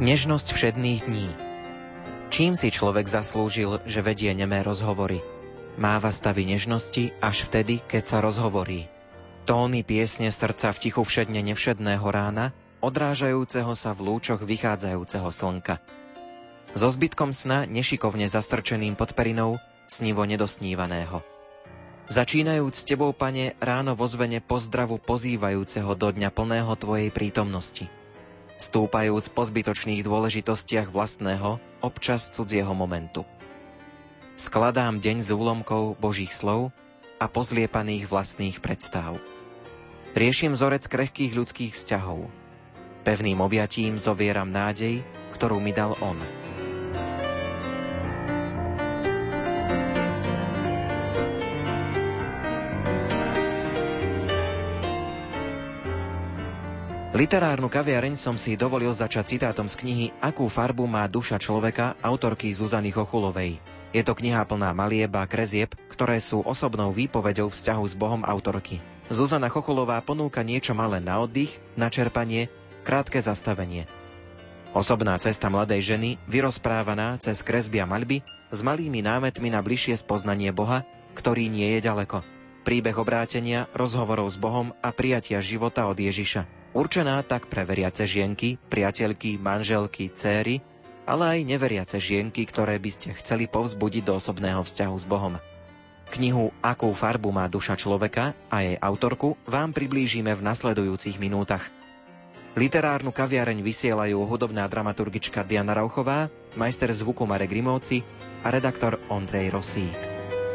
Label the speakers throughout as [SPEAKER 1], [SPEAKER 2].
[SPEAKER 1] Nežnosť všedných dní. Čím si človek zaslúžil, že vedie nemé rozhovory? Máva stavy nežnosti až vtedy, keď sa rozhovorí. Tóny piesne srdca v tichu všedne nevšedného rána, odrážajúceho sa v lúčoch vychádzajúceho slnka. So zbytkom sna nešikovne zastrčeným pod perinou, snivo nedosnívaného. Začínajúc s tebou, Pane, ráno vo zvene pozdravu pozývajúceho do dňa plného tvojej prítomnosti. Stúpajúc po zbytočných dôležitostiach vlastného, občas cudzieho momentu. Skladám deň z úlomkov Božích slov a pozliepaných vlastných predstáv. Riešim vzorec krehkých ľudských vzťahov. Pevným objatím zovieram nádej, ktorú mi dal on. Literárnu kaviareň som si dovolil začať citátom z knihy Akú farbu má duša človeka autorky Zuzany Chochulovej. Je to kniha plná malieb a kresieb, ktoré sú osobnou výpoveďou vzťahu s Bohom autorky. Zuzana Chochulová ponúka niečo malé na oddych, na čerpanie, krátke zastavenie. Osobná cesta mladej ženy, vyrozprávaná cez kresby a maľby, s malými námetmi na bližšie spoznanie Boha, ktorý nie je ďaleko. Príbeh obrátenia, rozhovorov s Bohom a prijatia života od Ježiša. Určená tak pre veriace žienky, priateľky, manželky, céry, ale aj neveriace žienky, ktoré by ste chceli povzbudiť do osobného vzťahu s Bohom. Knihu Akú farbu má duša človeka a jej autorku vám priblížime v nasledujúcich minútach. Literárnu kaviareň vysielajú hudobná dramaturgička Diana Rauchová, majster zvuku Marek Grimovci a redaktor Ondrej Rosík.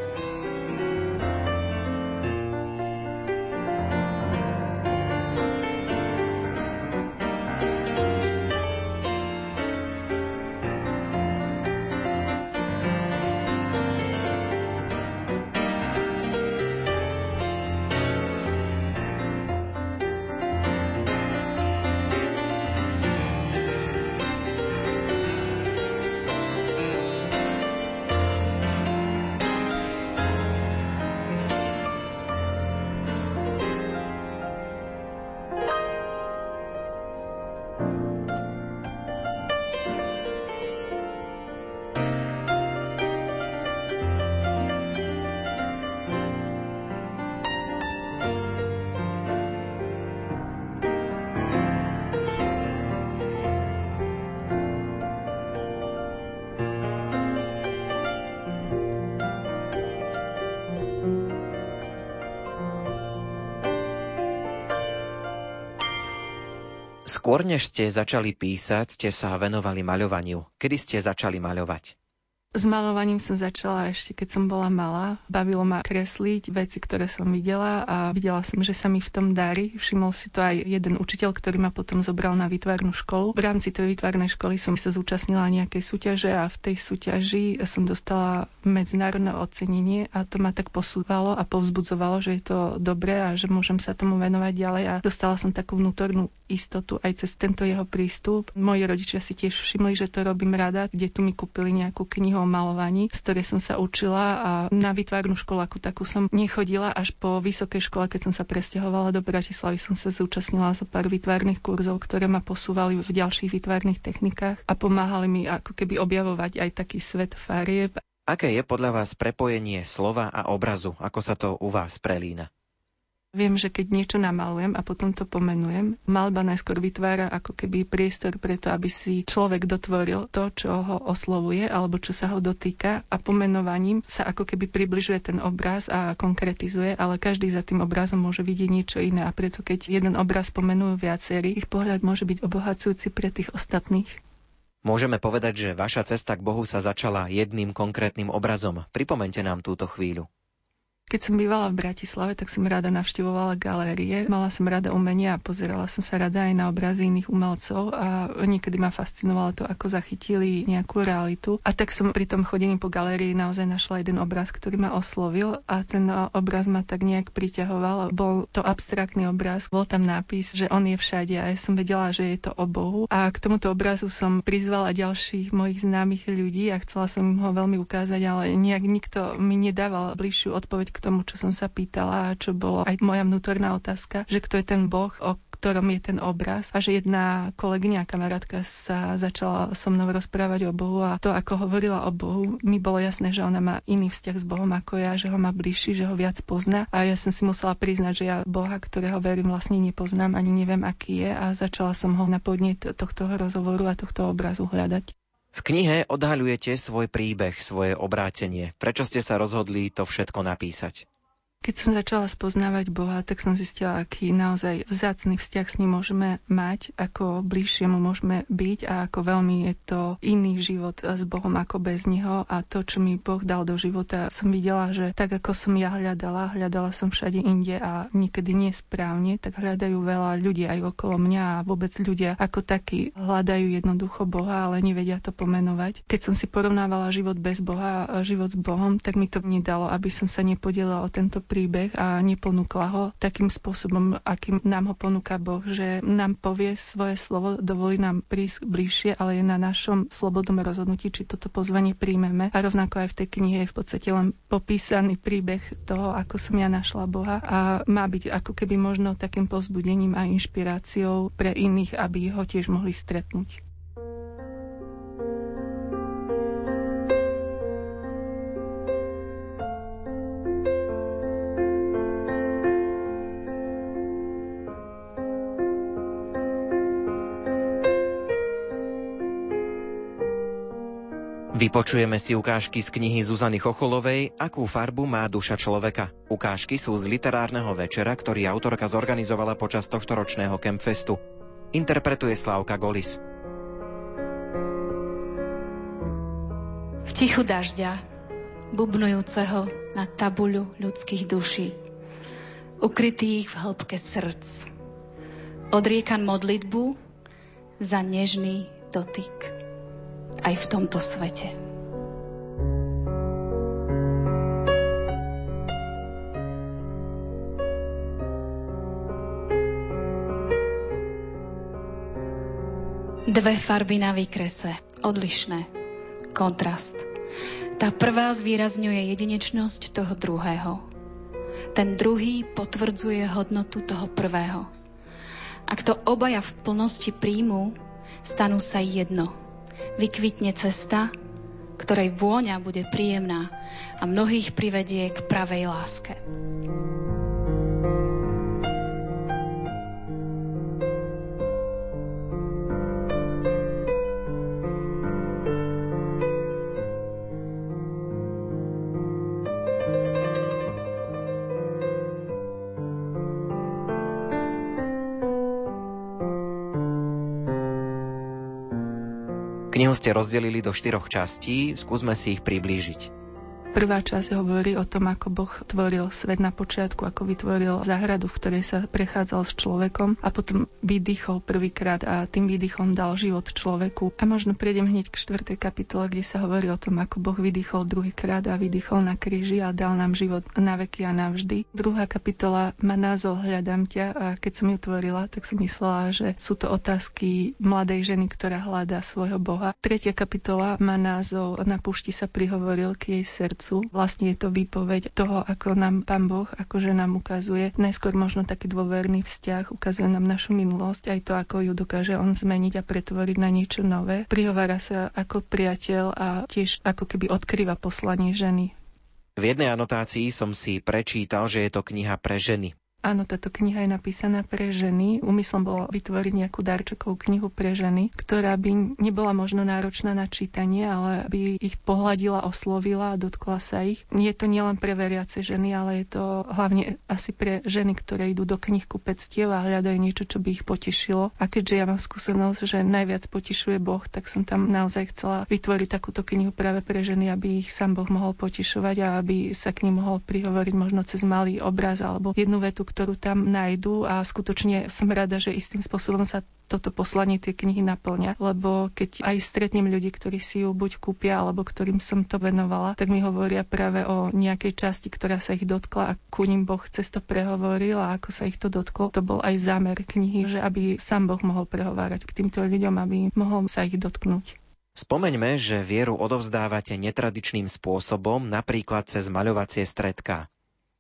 [SPEAKER 1] Skôr než ste začali písať, ste sa venovali maľovaniu. Kedy ste začali maľovať?
[SPEAKER 2] S maľovaním som začala ešte, keď som bola malá. Bavilo ma kresliť veci, ktoré som videla a videla som, že sa mi v tom darí. Všimol si to aj jeden učiteľ, ktorý ma potom zobral na výtvarnú školu. V rámci tej výtvarnej školy som sa zúčastnila nejakej súťaže a v tej súťaži som dostala medzinárodné ocenenie a to ma tak posúvalo a povzbudzovalo, že je to dobré a že môžem sa tomu venovať ďalej a dostala som takú vnútornú istotu aj cez tento jeho prístup. Moji rodičia si tiež všimli, že to robím rada, kde tu mi kúpili nejakú knihu o maľovaní, z ktorej som sa učila a na výtvarnú školu ako takú som nechodila až po vysokej škole, keď som sa presťahovala do Bratislavy, som sa zúčastnila zo pár výtvarných kurzov, ktoré ma posúvali v ďalších výtvarných technikách a pomáhali mi ako keby objavovať aj taký svet farieb.
[SPEAKER 1] Aké je podľa vás prepojenie slova a obrazu? Ako sa to u vás prelína?
[SPEAKER 2] Viem, že keď niečo namalujem a potom to pomenujem, maľba najskôr vytvára ako keby priestor preto, aby si človek dotvoril to, čo ho oslovuje alebo čo sa ho dotýka a pomenovaním sa ako keby približuje ten obraz a konkretizuje, ale každý za tým obrazom môže vidieť niečo iné a preto keď jeden obraz pomenujú viacerí, ich pohľad môže byť obohacujúci pre tých ostatných.
[SPEAKER 1] Môžeme povedať, že vaša cesta k Bohu sa začala jedným konkrétnym obrazom. Pripomeňte nám túto chvíľu.
[SPEAKER 2] Keď som bývala v Bratislave, tak som rada navštevovala galérie. Mala som rada umenie a pozerala som sa rada aj na obrazy iných umelcov a niekedy ma fascinovalo to, ako zachytili nejakú realitu. A tak som pri tom chodení po galérii naozaj našla jeden obraz, ktorý ma oslovil a ten obraz ma tak nejak priťahoval. Bol to abstraktný obraz, bol tam nápis, že on je všade a ja som vedela, že je to o Bohu. A k tomuto obrazu som prizvala ďalších mojich známych ľudí a chcela som im ho veľmi ukázať, ale nejak nikto mi nedával bližšiu odpoveď k tomu, čo som sa pýtala a čo bolo aj moja vnútorná otázka, že kto je ten Boh, o ktorom je ten obraz. A že jedna kolegyňa, kamarátka sa začala so mnou rozprávať o Bohu a to, ako hovorila o Bohu, mi bolo jasné, že ona má iný vzťah s Bohom ako ja, že ho má bližší, že ho viac pozná. A ja som si musela priznať, že ja Boha, ktorého verím, vlastne nepoznám, ani neviem, aký je, a začala som ho na podnet tohto rozhovoru a tohto obrazu hľadať.
[SPEAKER 1] V knihe odhaľujete svoj príbeh, svoje obrátenie. Prečo ste sa rozhodli to všetko napísať?
[SPEAKER 2] Keď som začala spoznávať Boha, tak som zistila, aký naozaj vzácny vzťah s ním môžeme mať, ako bližšie mu môžeme byť a ako veľmi je to iný život s Bohom ako bez neho. A to, čo mi Boh dal do života, som videla, že tak ako som ja hľadala som všade inde a niekedy nesprávne, tak hľadajú veľa ľudí aj okolo mňa a vôbec ľudia ako takí hľadajú jednoducho Boha, ale nevedia to pomenovať. Keď som si porovnávala život bez Boha a život s Bohom, tak mi to nedalo, aby som sa nepodielala o tento príbeh a neponúkla ho takým spôsobom, akým nám ho ponúka Boh, že nám povie svoje slovo, dovolí nám prísť bližšie, ale je na našom slobodnom rozhodnutí, či toto pozvanie príjmeme. A rovnako aj v tej knihe je v podstate len popísaný príbeh toho, ako som ja našla Boha a má byť ako keby možno takým povzbudením a inšpiráciou pre iných, aby ho tiež mohli stretnúť.
[SPEAKER 1] Vypočujeme si ukážky z knihy Zuzany Chochulovej Akú farbu má duša človeka. Ukážky sú z literárneho večera, ktorý autorka zorganizovala počas tohtoročného Campfestu. Interpretuje Slávka Golis.
[SPEAKER 3] V tichu dažďa, bubnujúceho na tabuľu ľudských duší, ukrytých v hĺbke srdc, odriekam modlitbu za nežný dotyk. Aj v tomto svete. Dve farby na výkrese, odlišné, kontrast. Tá prvá zvýrazňuje jedinečnosť toho druhého. Ten druhý potvrdzuje hodnotu toho prvého. Ak to obaja v plnosti príjmú, stanú sa jedno. Vykvitne cesta, ktorej vôňa bude príjemná a mnohých privedie k pravej láske.
[SPEAKER 1] Knihu ste rozdelili do 4 častí, skúsme si ich priblížiť.
[SPEAKER 2] Prvá časť hovorí o tom, ako Boh tvoril svet na počiatku, ako vytvoril záhradu, v ktorej sa prechádzal s človekom a potom vydýchol prvýkrát a tým výdychom dal život človeku. A možno prejdem hneď k 4. kapitole, kde sa hovorí o tom, ako Boh vydýchol druhýkrát a vydýchol na kríži a dal nám život na veky a navždy. Druhá kapitola má názov Hľadám ťa a keď som ju tvorila, tak som myslela, že sú to otázky mladej ženy, ktorá hľadá svojho Boha. Tretia kapitola má názov Na púšti sa prihovoril k jej srdcu. Vlastne je to výpoveď toho, ako nám Pán Boh, akože nám ukazuje najskôr možno taký dôverný vzťah, ukazuje nám našu minulosť, aj to, ako ju dokáže on zmeniť a pretvoriť na niečo nové. Prihovára sa ako priateľ a tiež ako keby odkrýva poslanie ženy.
[SPEAKER 1] V jednej anotácii som si prečítal, že je to kniha pre ženy.
[SPEAKER 2] Áno, táto kniha je napísaná pre ženy. Úmyslom bolo vytvoriť nejakú darčekovú knihu pre ženy, ktorá by nebola možno náročná na čítanie, ale by ich pohľadila, oslovila a dotkla sa ich. Nie je to nielen pre veriace ženy, ale je to hlavne asi pre ženy, ktoré idú do knihkupectiev a hľadajú niečo, čo by ich potešilo. A keďže ja mám skúsenosť, že najviac potešuje Boh, tak som tam naozaj chcela vytvoriť takúto knihu práve pre ženy, aby ich sám Boh mohol potešovať a aby sa k nim mohol prihovoriť možno cez malý obraz alebo jednu vetu, ktorú tam nájdu a skutočne som rada, že istým spôsobom sa toto poslanie tej knihy naplňa, lebo keď aj stretnem ľudí, ktorí si ju buď kúpia, alebo ktorým som to venovala, tak mi hovoria práve o nejakej časti, ktorá sa ich dotkla a ku ním Boh cez to prehovoril a ako sa ich to dotklo. To bol aj zámer knihy, že aby sám Boh mohol prehovárať k týmto ľuďom, aby mohol sa ich dotknúť.
[SPEAKER 1] Spomeňme, že vieru odovzdávate netradičným spôsobom, napríklad cez maľovacie stredká.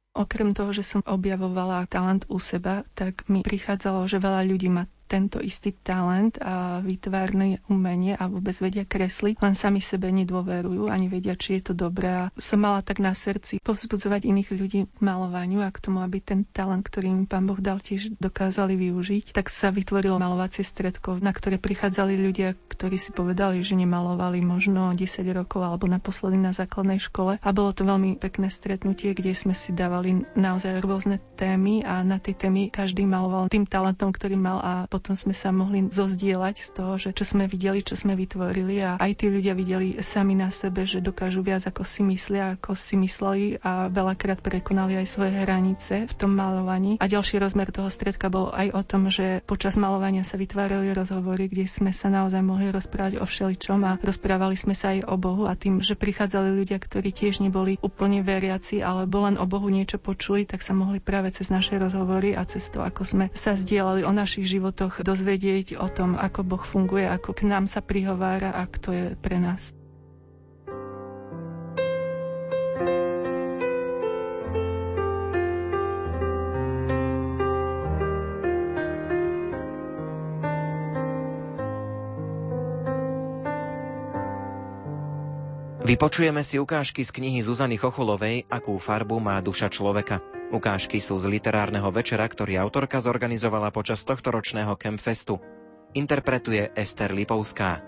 [SPEAKER 2] Okrem toho, že som objavovala talent u seba, tak mi prichádzalo, že veľa ľudí má tento istý talent a výtvarné umenie a vôbec vedia kresliť, len sami sebe nedôverujú, ani vedia, či je to dobré. A som mala tak na srdci povzbudzovať iných ľudí k malovaniu a k tomu, aby ten talent, ktorý im Pán Boh dal, tiež dokázali využiť. Tak sa vytvorilo malovacie stredko, na ktoré prichádzali ľudia, ktorí si povedali, že nemalovali možno 10 rokov alebo naposledy na základnej škole. A bolo to veľmi pekné stretnutie, kde sme si dávali naozaj rôzne témy a na tie témy každý maloval tým talentom, ktorý mal, a potom sme sa mohli zozdieľať z toho, že čo sme videli, čo sme vytvorili, a aj tí ľudia videli sami na sebe, že dokážu viac, ako si myslia, ako si mysleli, a veľakrát prekonali aj svoje hranice v tom malovaní. A ďalší rozmer toho stredka bol aj o tom, že počas malovania sa vytvárali rozhovory, kde sme sa naozaj mohli rozprávať o všeličom a rozprávali sme sa aj o Bohu, a tým, že prichádzali ľudia, ktorí tiež neboli úplne veriaci, alebo len o Bohu niečo počuli, tak sa mohli práve cez naše rozhovory a cez to, ako sme sa zdieľali o našich životoch, dozvedieť o tom, ako Boh funguje, ako k nám sa prihovára a kto je pre nás.
[SPEAKER 1] Vypočujeme si ukážky z knihy Zuzany Chochulovej Akú farbu má duša človeka. Ukážky sú z literárneho večera, ktorý autorka zorganizovala počas tohtoročného Campfestu. Interpretuje Ester Lipovská.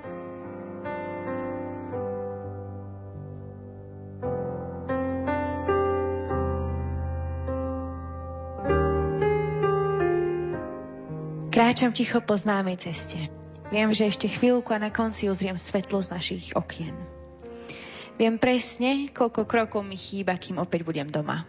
[SPEAKER 4] Kráčam ticho po známej ceste. Viem, že ešte chvíľku a na konci uzriem svetlo z našich okien. Viem presne, koľko krokov mi chýba, kým opäť budem doma.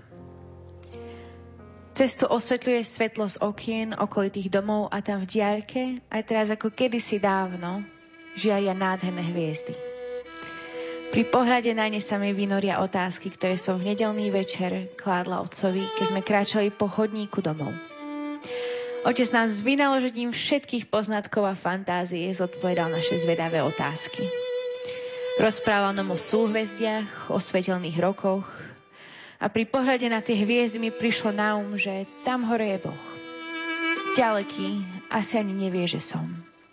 [SPEAKER 4] Cestu osvetľuje svetlo z okien okolitých domov a tam v diaľke, aj teraz ako kedysi dávno, žiaria nádherné hviezdy. Pri pohľade na ne sa mi vynoria otázky, ktoré som v nedeľný večer kládla otcovi, keď sme kráčali po chodníku domov. Otec nám s vynaložením všetkých poznatkov a fantázie zodpovedal naše zvedavé otázky. Rozprával nám o súhvezdiach, o svetelných rokoch, a pri pohľade na tie hviezdy mi prišlo na že tam hore je Boh. Ďaleký, asi ani nevie, že som.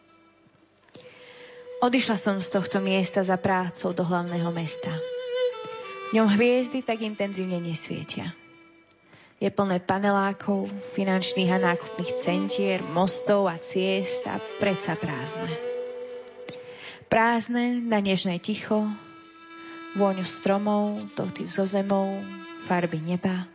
[SPEAKER 4] Odišla som z tohto miesta za prácou do hlavného mesta. V ňom hviezdy tak intenzívne nesvietia. Je plné panelákov, finančných a nákupných centier, mostov a ciest, a predsa prázdne. Prázdne na nežné ticho, vôňu stromov, dotyk so zemou, farby neba.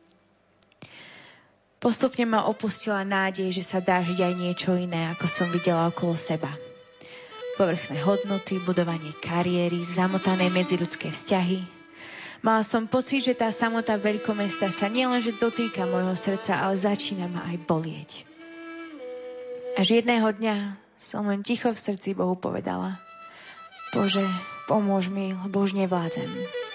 [SPEAKER 4] Postupne ma opustila nádej, že sa dá žiť aj niečo iné, ako som videla okolo seba. Povrchné hodnoty, budovanie kariéry, zamotané medziľudské vzťahy. Mala som pocit, že tá samota veľkomesta sa nielenže dotýka môjho srdca, ale začína ma aj bolieť. Až jedného dňa som len ticho v srdci Bohu povedala: Bože, pomôž mi, lebo už nevládzem.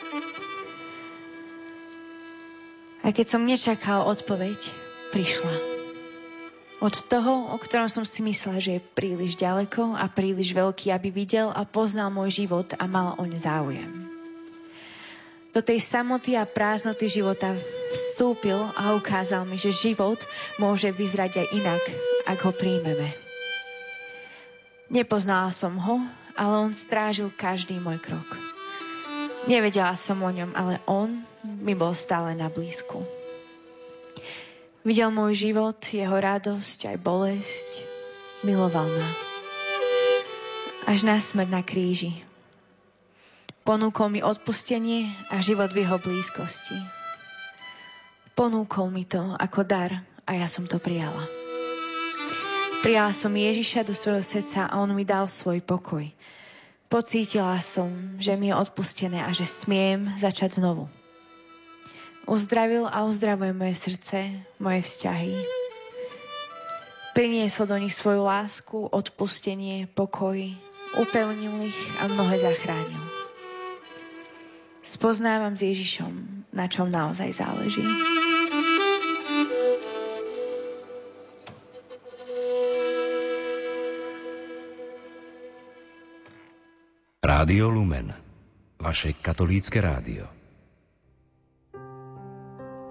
[SPEAKER 4] A keď som nečakal odpoveď, prišla. Od toho, o ktorom som si myslela, že je príliš ďaleko a príliš veľký, aby videl a poznal môj život a mal oň záujem. Do tej samoty a prázdnoty života vstúpil a ukázal mi, že život môže vyzerať aj inak, ak ho príjmeme. Nepoznala som ho, ale on strážil každý môj krok. Nevedela som o ňom, ale on mi bol stále na blízku. Videl môj život, jeho radosť aj bolesť. Miloval ma. Až na smrť na kríži. Ponúkol mi odpustenie a život v jeho blízkosti. Ponúkol mi to ako dar a ja som to prijala. Prijala som Ježiša do svojho srdca a on mi dal svoj pokoj. Pocítila som, že mi je odpustené a že smiem začať znovu. Uzdravil a uzdravuje moje srdce, moje vzťahy. Priniesol do nich svoju lásku, odpustenie, pokoj, upevnil ich a mnohé zachránil. Spoznávam s Ježišom, na čom naozaj záleží.
[SPEAKER 5] Rádio Lumen, vaše katolícke rádio.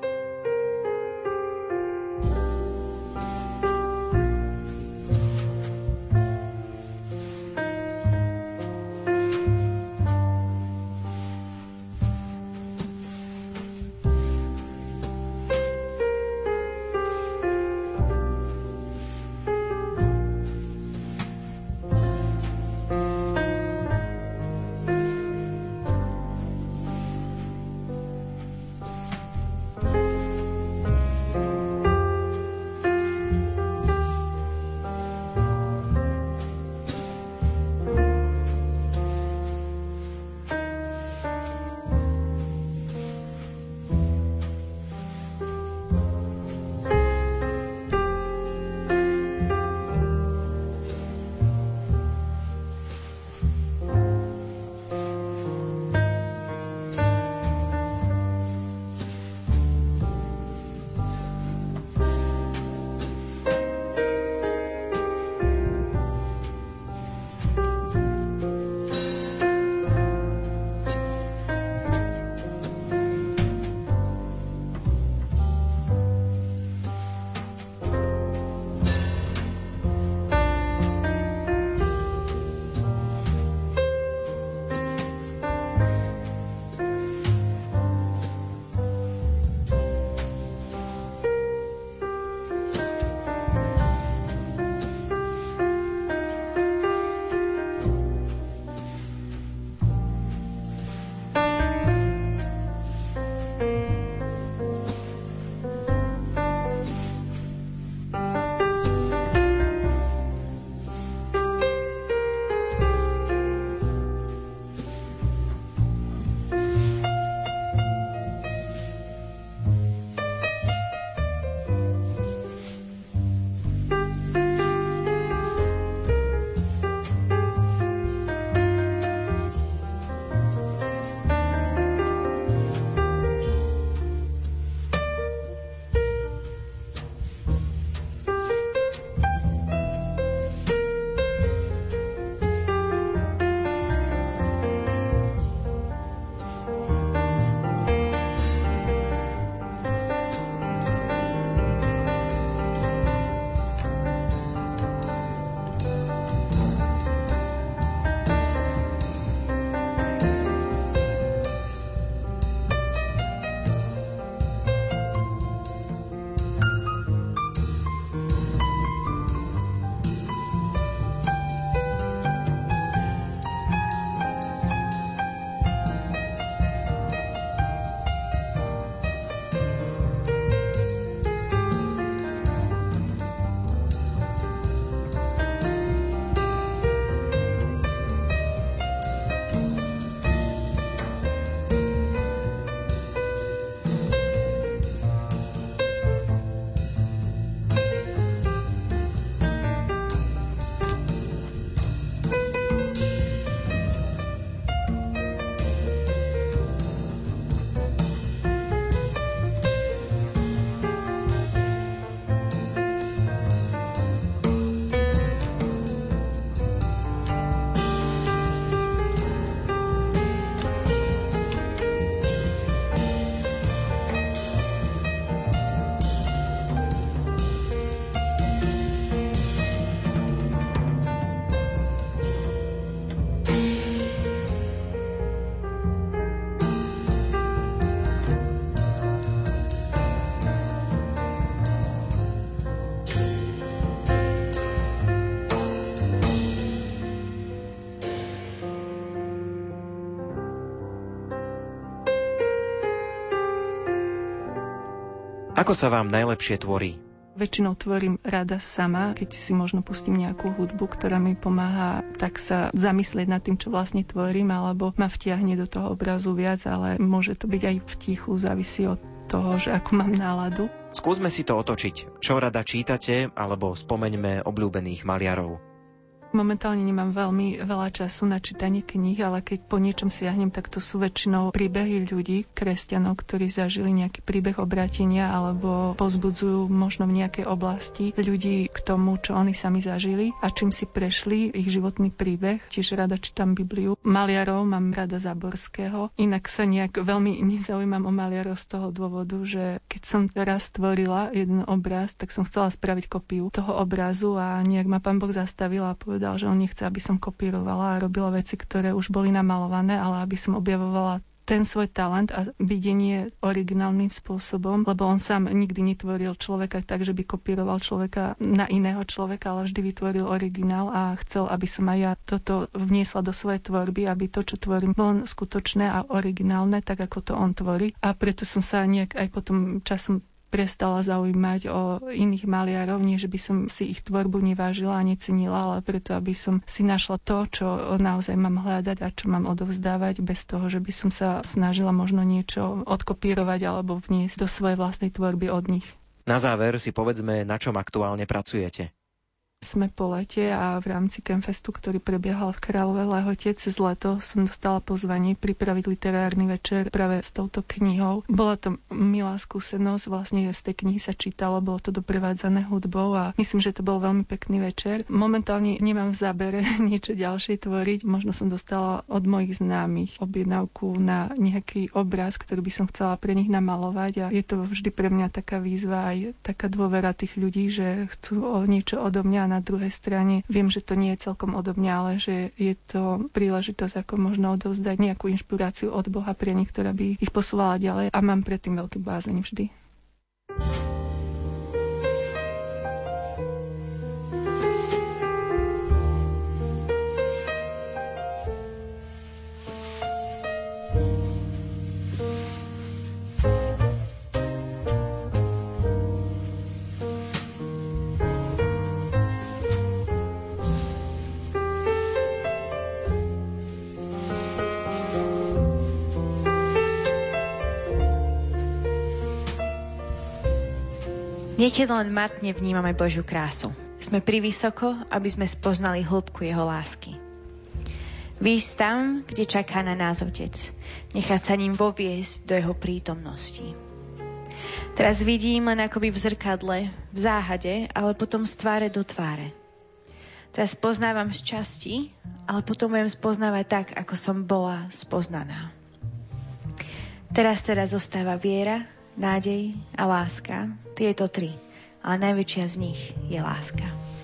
[SPEAKER 1] Ako sa vám najlepšie tvorí?
[SPEAKER 2] Väčšinou tvorím rada sama, keď si možno pustím nejakú hudbu, ktorá mi pomáha tak sa zamyslieť nad tým, čo vlastne tvorím, alebo ma vtiahne do toho obrazu viac, ale môže to byť aj v tichu, závisí od toho, že ako mám náladu.
[SPEAKER 1] Skúsme si to otočiť. Čo rada čítate, alebo spomeňme obľúbených maliarov?
[SPEAKER 2] Momentálne nemám veľmi veľa času na čítanie kníh, ale keď po niečom siahnem, tak to sú väčšinou príbehy ľudí, kresťanov, ktorí zažili nejaký príbeh obrátenia alebo povzbudzujú možno v nejakej oblasti ľudí k tomu, čo oni sami zažili a čím si prešli ich životný príbeh. Čiže rada čítam Bibliu. Maliarov mám rada Záborského. Inak sa nejak veľmi nezaujímam o maliarov z toho dôvodu, že keď som raz stvorila jeden obraz, tak som chcela spraviť kopiu toho obrazu a nejak ma Pán Boh zastavil a povedal, že on nechce, aby som kopírovala a robila veci, ktoré už boli namalované, ale aby som objavovala ten svoj talent a videnie originálnym spôsobom, lebo on sám nikdy netvoril človeka tak, že by kopíroval človeka na iného človeka, ale vždy vytvoril originál a chcel, aby som aj ja toto vniesla do svojej tvorby, aby to, čo tvorím, bolo skutočné a originálne, tak ako to on tvorí. A preto som sa nejak aj potom časom prestala zaujímať o iných maliarov, nie že by som si ich tvorbu nevážila a necenila, ale preto, aby som si našla to, čo naozaj mám hľadať a čo mám odovzdávať, bez toho, že by som sa snažila možno niečo odkopírovať alebo vniesť do svojej vlastnej tvorby od nich.
[SPEAKER 1] Na záver si povedzme, na čom aktuálne pracujete.
[SPEAKER 2] Sme po lete a v rámci Campfestu, ktorý prebiehal v Kráľovej Lehote, cez leto som dostala pozvanie pripraviť literárny večer práve s touto knihou. Bola to milá skúsenosť, vlastne z tej knihy sa čítalo, bolo to doprevádzané hudbou a myslím, že to bol veľmi pekný večer. Momentálne nemám v zábere niečo ďalšie tvoriť, možno som dostala od mojich známych objednávku na nejaký obraz, ktorý by som chcela pre nich namalovať a je to vždy pre mňa taká výzva aj taká dôvera tých ľudí, že chcú niečo odo mňa. Na druhej strane viem, že to nie je celkom odo mňa, ale že je to príležitosť, ako možno odovzdať nejakú inšpiráciu od Boha pre nich, ktorá by ich posúvala ďalej a mám predtým veľký bázeň vždy.
[SPEAKER 4] Niekedy len matne vnímame Božiu krásu. Sme privysoko, aby sme spoznali hĺbku jeho lásky. Výjsť tam, kde čaká na nás Otec. Nechať sa ním voviesť do jeho prítomnosti. Teraz vidím len akoby v zrkadle, v záhade, ale potom z tváre do tváre. Teraz poznávam z časti, ale potom budem spoznávať tak, ako som bola spoznaná. Teraz teda zostáva viera, nádej a láska. Tieto tri, ale najväčšia z nich je láska.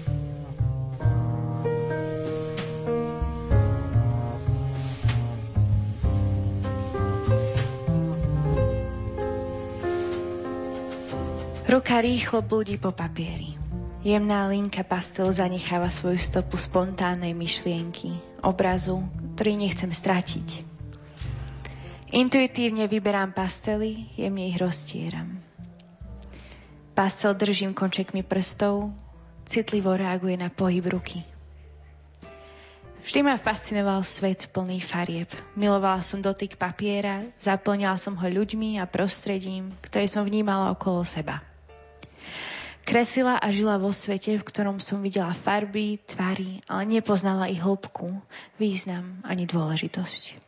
[SPEAKER 4] Ruka rýchlo blúdi po papieri. Jemná linka pastel zanecháva svoju stopu spontánnej myšlienky, obrazu, ktorý nechcem stratiť. Intuitívne vyberám pastely, jemne ich roztieram. Pastel držím končekmi prstov, citlivo reaguje na pohyb ruky. Vždy ma fascinoval svet plný farieb. Milovala som dotyk papiera, zaplňala som ho ľuďmi a prostredím, ktoré som vnímala okolo seba. Kreslila a žila vo svete, v ktorom som videla farby, tvary, ale nepoznala ich hĺbku, význam ani dôležitosť.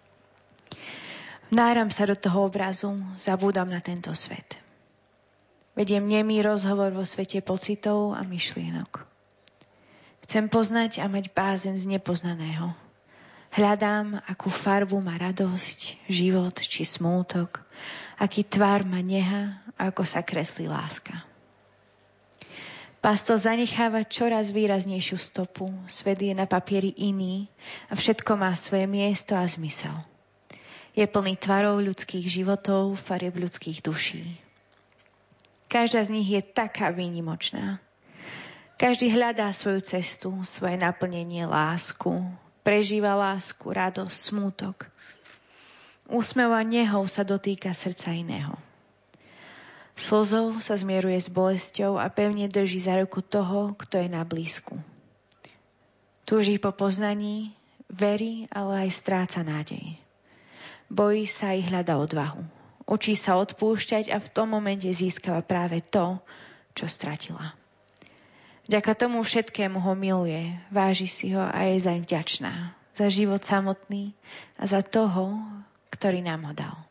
[SPEAKER 4] Vnáram sa do toho obrazu, zabúdam na tento svet. Vediem nemý rozhovor vo svete pocitov a myšlienok. Chcem poznať a mať bázeň z nepoznaného. Hľadám, akú farbu má radosť, život či smútok, aký tvár má neha a ako sa kreslí láska. Pastel zanecháva čoraz výraznejšiu stopu, svet je na papieri iný a všetko má svoje miesto a zmysel. Je plný tvarov ľudských životov, farieb ľudských duší. Každá z nich je taká výnimočná. Každý hľadá svoju cestu, svoje naplnenie, lásku. Prežíva lásku, radosť, smútok. Úsmev a nehou sa dotýka srdca iného. Slzou sa zmieruje s bolesťou a pevne drží za ruku toho, kto je na blízku. Túži po poznaní, verí, ale aj stráca nádej. Bojí sa i hľada odvahu. Učí sa odpúšťať a v tom momente získava práve to, čo stratila. Vďaka tomu všetkému ho miluje, váži si ho a je zaň vďačná. Za život samotný a za toho, ktorý nám ho dal.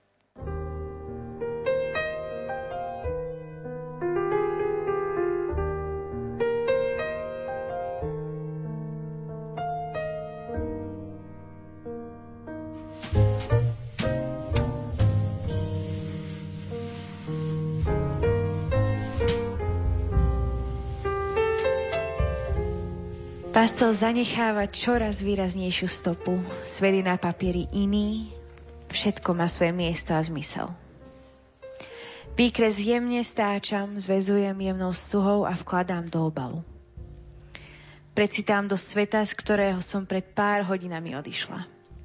[SPEAKER 4] Pastel zanecháva čoraz výraznejšiu stopu, svedí na papieri iný, všetko má svoje miesto a zmysel. Výkres jemne stáčam, zväzujem jemnou stuhou a vkladám do obalu. Precitám do sveta, z ktorého som pred pár hodinami odišla.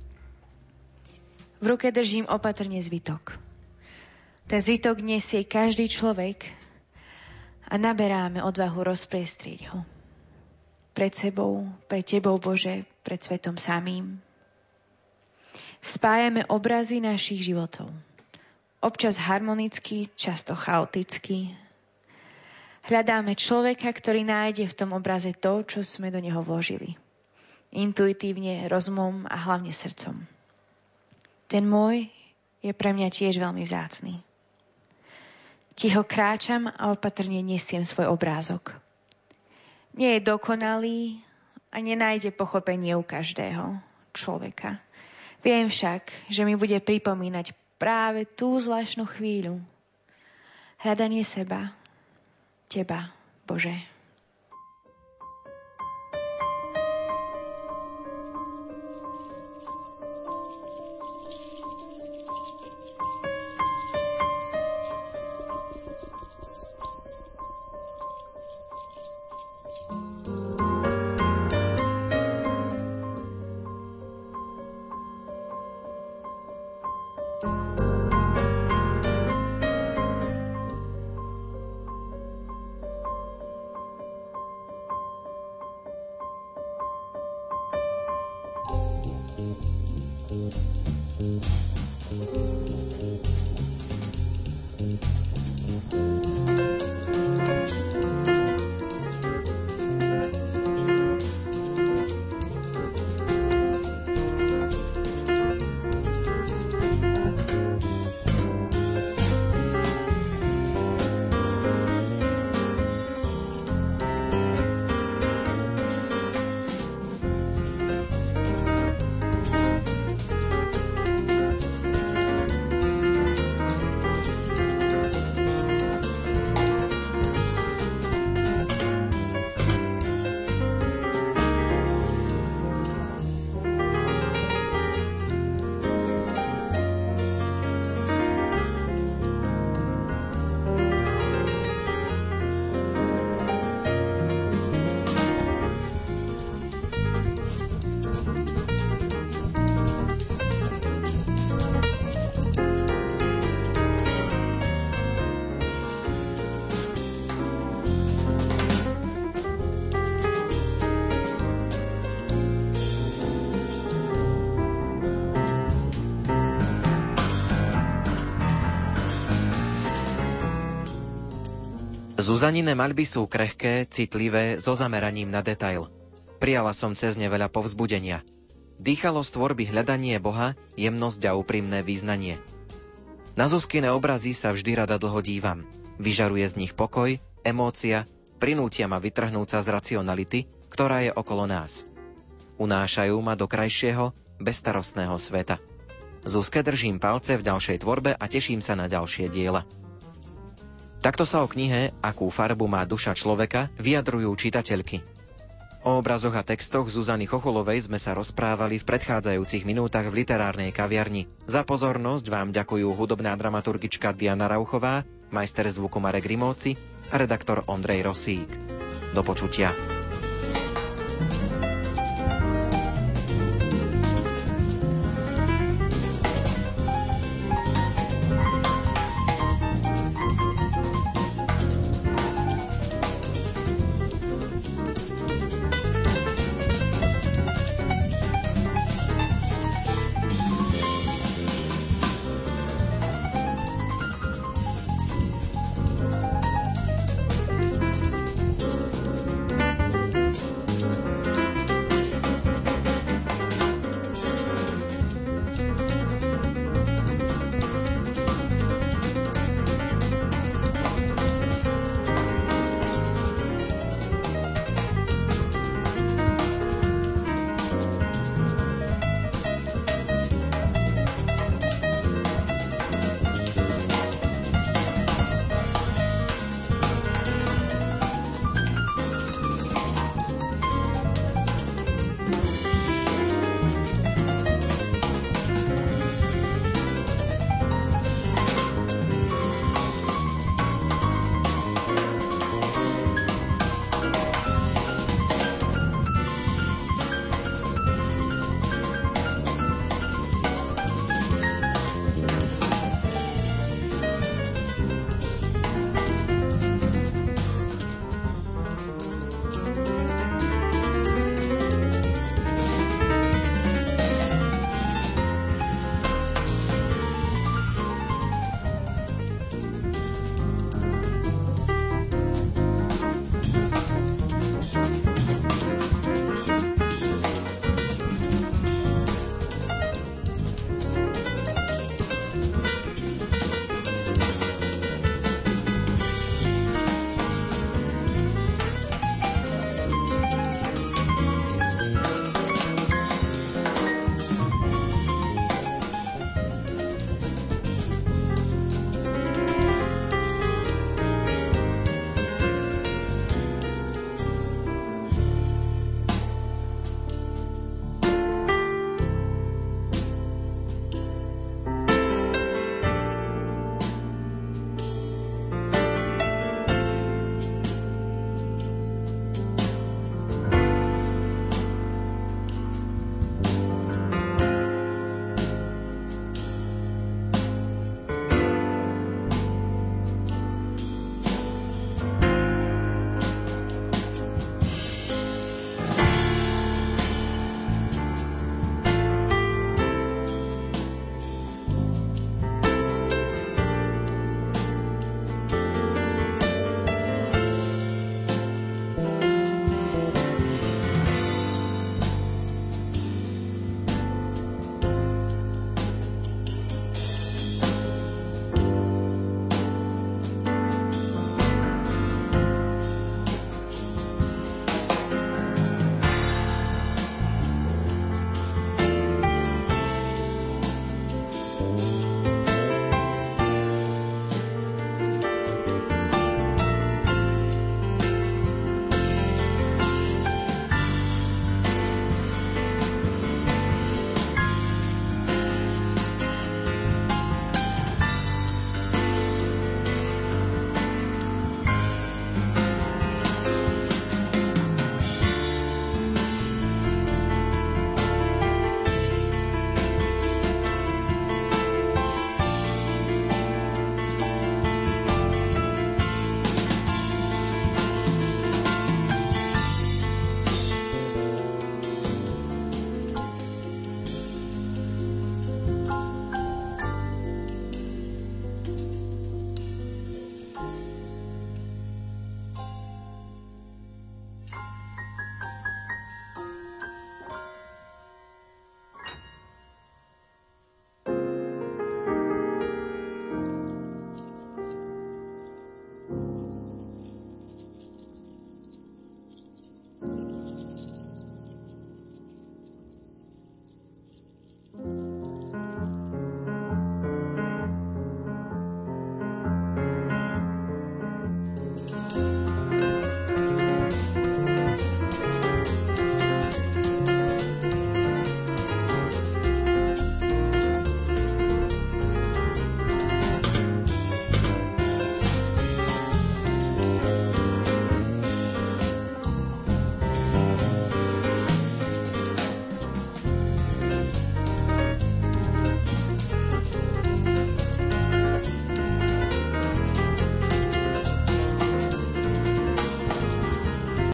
[SPEAKER 4] V ruke držím opatrne zvitok. Ten zvitok nesie každý človek a naberáme odvahu rozpriestrieť ho. Pred sebou, pred Tebou, Bože, pred svetom samým. Spájame obrazy našich životov. Občas harmonicky, často chaoticky. Hľadáme človeka, ktorý nájde v tom obraze to, čo sme do neho vložili. Intuitívne, rozumom a hlavne srdcom. Ten môj je pre mňa tiež veľmi vzácny. Ticho kráčam a opatrne nesiem svoj obrázok. Nie je dokonalý a nenájde pochopenie u každého človeka. Viem však, že mi bude pripomínať práve tú zvláštnu chvíľu. Hľadanie seba, Teba, Bože.
[SPEAKER 1] Zuzanine maľby sú krehké, citlivé, so zameraním na detail. Prijala som cez ne veľa povzbudenia. Dýchalo z tvorby hľadanie Boha, jemnosť a úprimné význanie. Na Zuzkine obrazy sa vždy rada dlho dívam. Vyžaruje z nich pokoj, emócia, prinútia ma vytrhnúť sa z racionality, ktorá je okolo nás. Unášajú ma do krajšieho, bezstarostného sveta. Zuzke držím palce v ďalšej tvorbe a teším sa na ďalšie diela. Takto sa o knihe Akú farbu má duša človeka vyjadrujú čitateľky. O obrazoch a textoch Zuzany Chochulovej sme sa rozprávali v predchádzajúcich minútach v literárnej kaviarni. Za pozornosť vám ďakujú hudobná dramaturgička Diana Rauchová, majster zvuku Marek Rimóci a redaktor Ondrej Rosík. Do počutia.